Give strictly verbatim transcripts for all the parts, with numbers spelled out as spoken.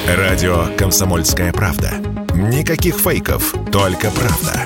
Радио «Комсомольская правда». Никаких фейков, только правда.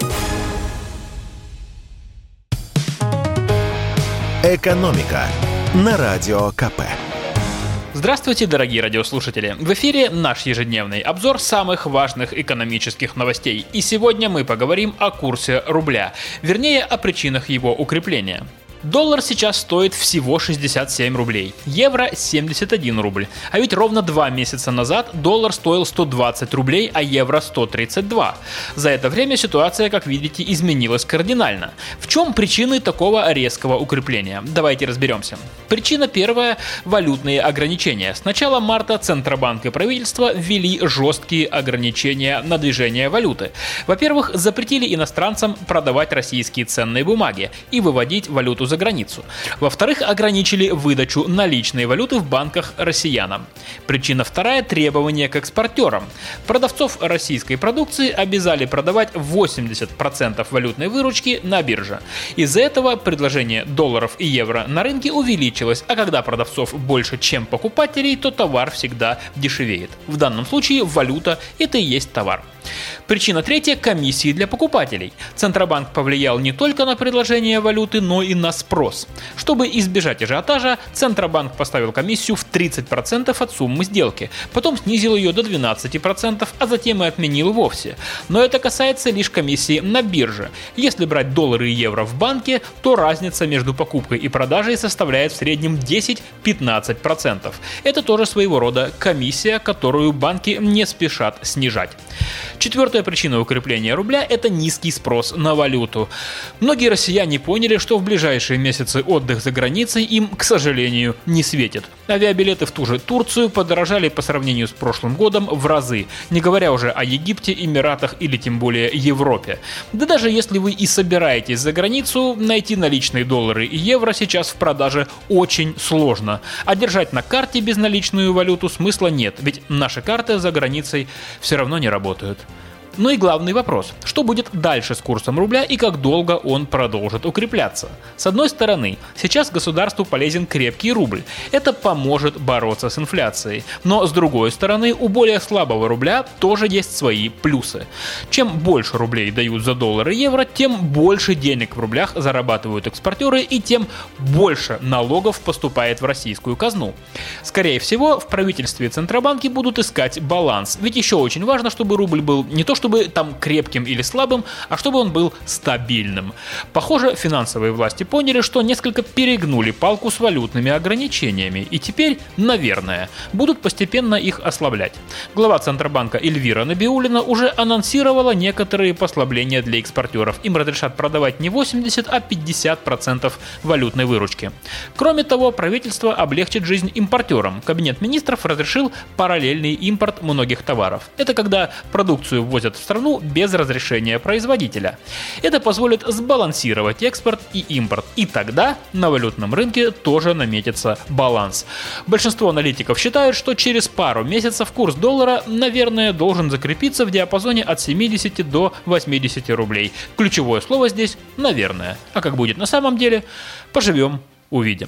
«Экономика» на Радио КП. Здравствуйте, дорогие радиослушатели! В эфире наш ежедневный обзор самых важных экономических новостей. И сегодня мы поговорим о курсе рубля, вернее, о причинах его укрепления. Доллар сейчас стоит всего шестьдесят семь рублей, евро семьдесят один рубль. А ведь ровно два месяца назад доллар стоил сто двадцать рублей, а евро сто тридцать два. За это время ситуация, как видите, изменилась кардинально. В чем причины такого резкого укрепления? Давайте разберемся. Причина первая – валютные ограничения. С начала марта Центробанк и правительство ввели жесткие ограничения на движение валюты. Во-первых, запретили иностранцам продавать российские ценные бумаги и выводить валюту за границу. Во-вторых, ограничили выдачу наличной валюты в банках россиянам. Причина вторая – требования к экспортерам. Продавцов российской продукции обязали продавать восемьдесят процентов валютной выручки на бирже. Из-за этого предложение долларов и евро на рынке увеличилось, а когда продавцов больше, чем покупателей, то товар всегда дешевеет. В данном случае валюта – это и есть товар. Причина третья – комиссии для покупателей. Центробанк повлиял не только на предложение валюты, но и на спрос. Чтобы избежать ажиотажа, Центробанк поставил комиссию в тридцать процентов от суммы сделки, потом снизил ее до двенадцати процентов, а затем и отменил вовсе. Но это касается лишь комиссии на бирже. Если брать доллары и евро в банке, то разница между покупкой и продажей составляет в среднем десять-пятнадцать процентов. Это тоже своего рода комиссия, которую банки не спешат снижать. Четвертая причина укрепления рубля – это низкий спрос на валюту. Многие россияне поняли, что в ближайшие месяцы отдых за границей им, к сожалению, не светит. Авиабилеты в ту же Турцию подорожали по сравнению с прошлым годом в разы, не говоря уже о Египте, Эмиратах или тем более Европе. Да даже если вы и собираетесь за границу, найти наличные доллары и евро сейчас в продаже очень сложно. А держать на карте безналичную валюту смысла нет, ведь наши карты за границей все равно не работают. Ну и главный вопрос: что будет дальше с курсом рубля и как долго он продолжит укрепляться? С одной стороны, сейчас государству полезен крепкий рубль. Это поможет бороться с инфляцией. Но с другой стороны, у более слабого рубля тоже есть свои плюсы. Чем больше рублей дают за доллары и евро, тем больше денег в рублях зарабатывают экспортеры и тем больше налогов поступает в российскую казну. Скорее всего, в правительстве и Центробанке будут искать баланс. Ведь еще очень важно, чтобы рубль был не то чтобы там крепким или слабым, а чтобы он был стабильным. Похоже, финансовые власти поняли, что несколько перегнули палку с валютными ограничениями, и теперь, наверное, будут постепенно их ослаблять. Глава Центробанка Эльвира Набиуллина уже анонсировала некоторые послабления для экспортеров. Им разрешат продавать не восемьдесят, а пятьдесят процентов валютной выручки. Кроме того, правительство облегчит жизнь импортерам. Кабинет министров разрешил параллельный импорт многих товаров. Это когда продукцию ввозят в страну без разрешения производителя. Это позволит сбалансировать экспорт и импорт, и тогда на валютном рынке тоже наметится баланс. Большинство аналитиков считают, что через пару месяцев курс доллара, наверное, должен закрепиться в диапазоне от семидесяти до восьмидесяти рублей. Ключевое слово здесь «наверное». А как будет на самом деле, поживем, увидим.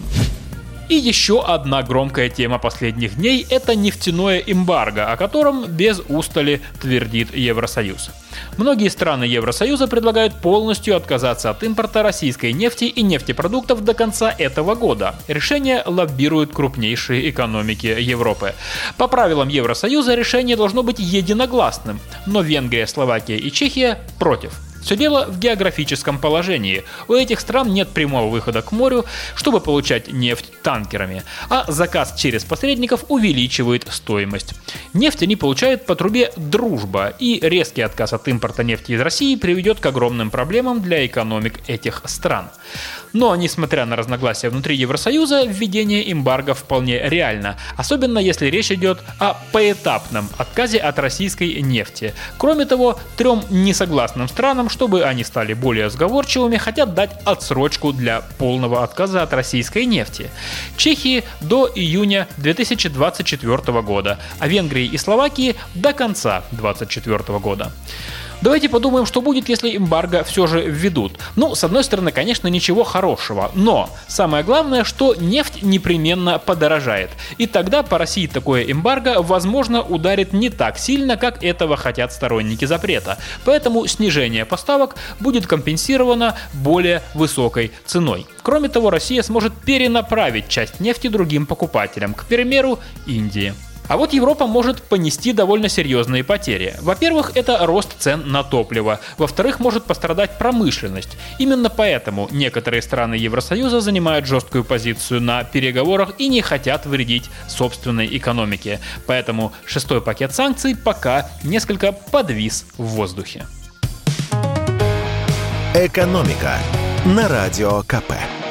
И еще одна громкая тема последних дней – это нефтяное эмбарго, о котором без устали твердит Евросоюз. Многие страны Евросоюза предлагают полностью отказаться от импорта российской нефти и нефтепродуктов до конца этого года. Решение лоббируют крупнейшие экономики Европы. По правилам Евросоюза решение должно быть единогласным, но Венгрия, Словакия и Чехия против. Все дело в географическом положении. У этих стран нет прямого выхода к морю, чтобы получать нефть танкерами, а заказ через посредников увеличивает стоимость. Нефть они получают по трубе «Дружба», и резкий отказ от импорта нефти из России приведет к огромным проблемам для экономик этих стран. Но, несмотря на разногласия внутри Евросоюза, введение эмбарго вполне реально, особенно если речь идет о поэтапном отказе от российской нефти. Кроме того, трем несогласным странам, чтобы они стали более сговорчивыми, хотят дать отсрочку для полного отказа от российской нефти. Чехии до июня две тысячи двадцать четвёртого года, а Венгрии и Словакии до конца две тысячи двадцать четвёртого года. Давайте подумаем, что будет, если эмбарго все же введут. Ну, с одной стороны, конечно, ничего хорошего, но самое главное, что нефть непременно подорожает. И тогда по России такое эмбарго, возможно, ударит не так сильно, как этого хотят сторонники запрета. Поэтому снижение поставок будет компенсировано более высокой ценой. Кроме того, Россия сможет перенаправить часть нефти другим покупателям, к примеру, Индии. А вот Европа может понести довольно серьезные потери. Во-первых, это рост цен на топливо. Во-вторых, может пострадать промышленность. Именно поэтому некоторые страны Евросоюза занимают жесткую позицию на переговорах и не хотят вредить собственной экономике. Поэтому шестой пакет санкций пока несколько подвис в воздухе. «Экономика» на Радио ка пэ.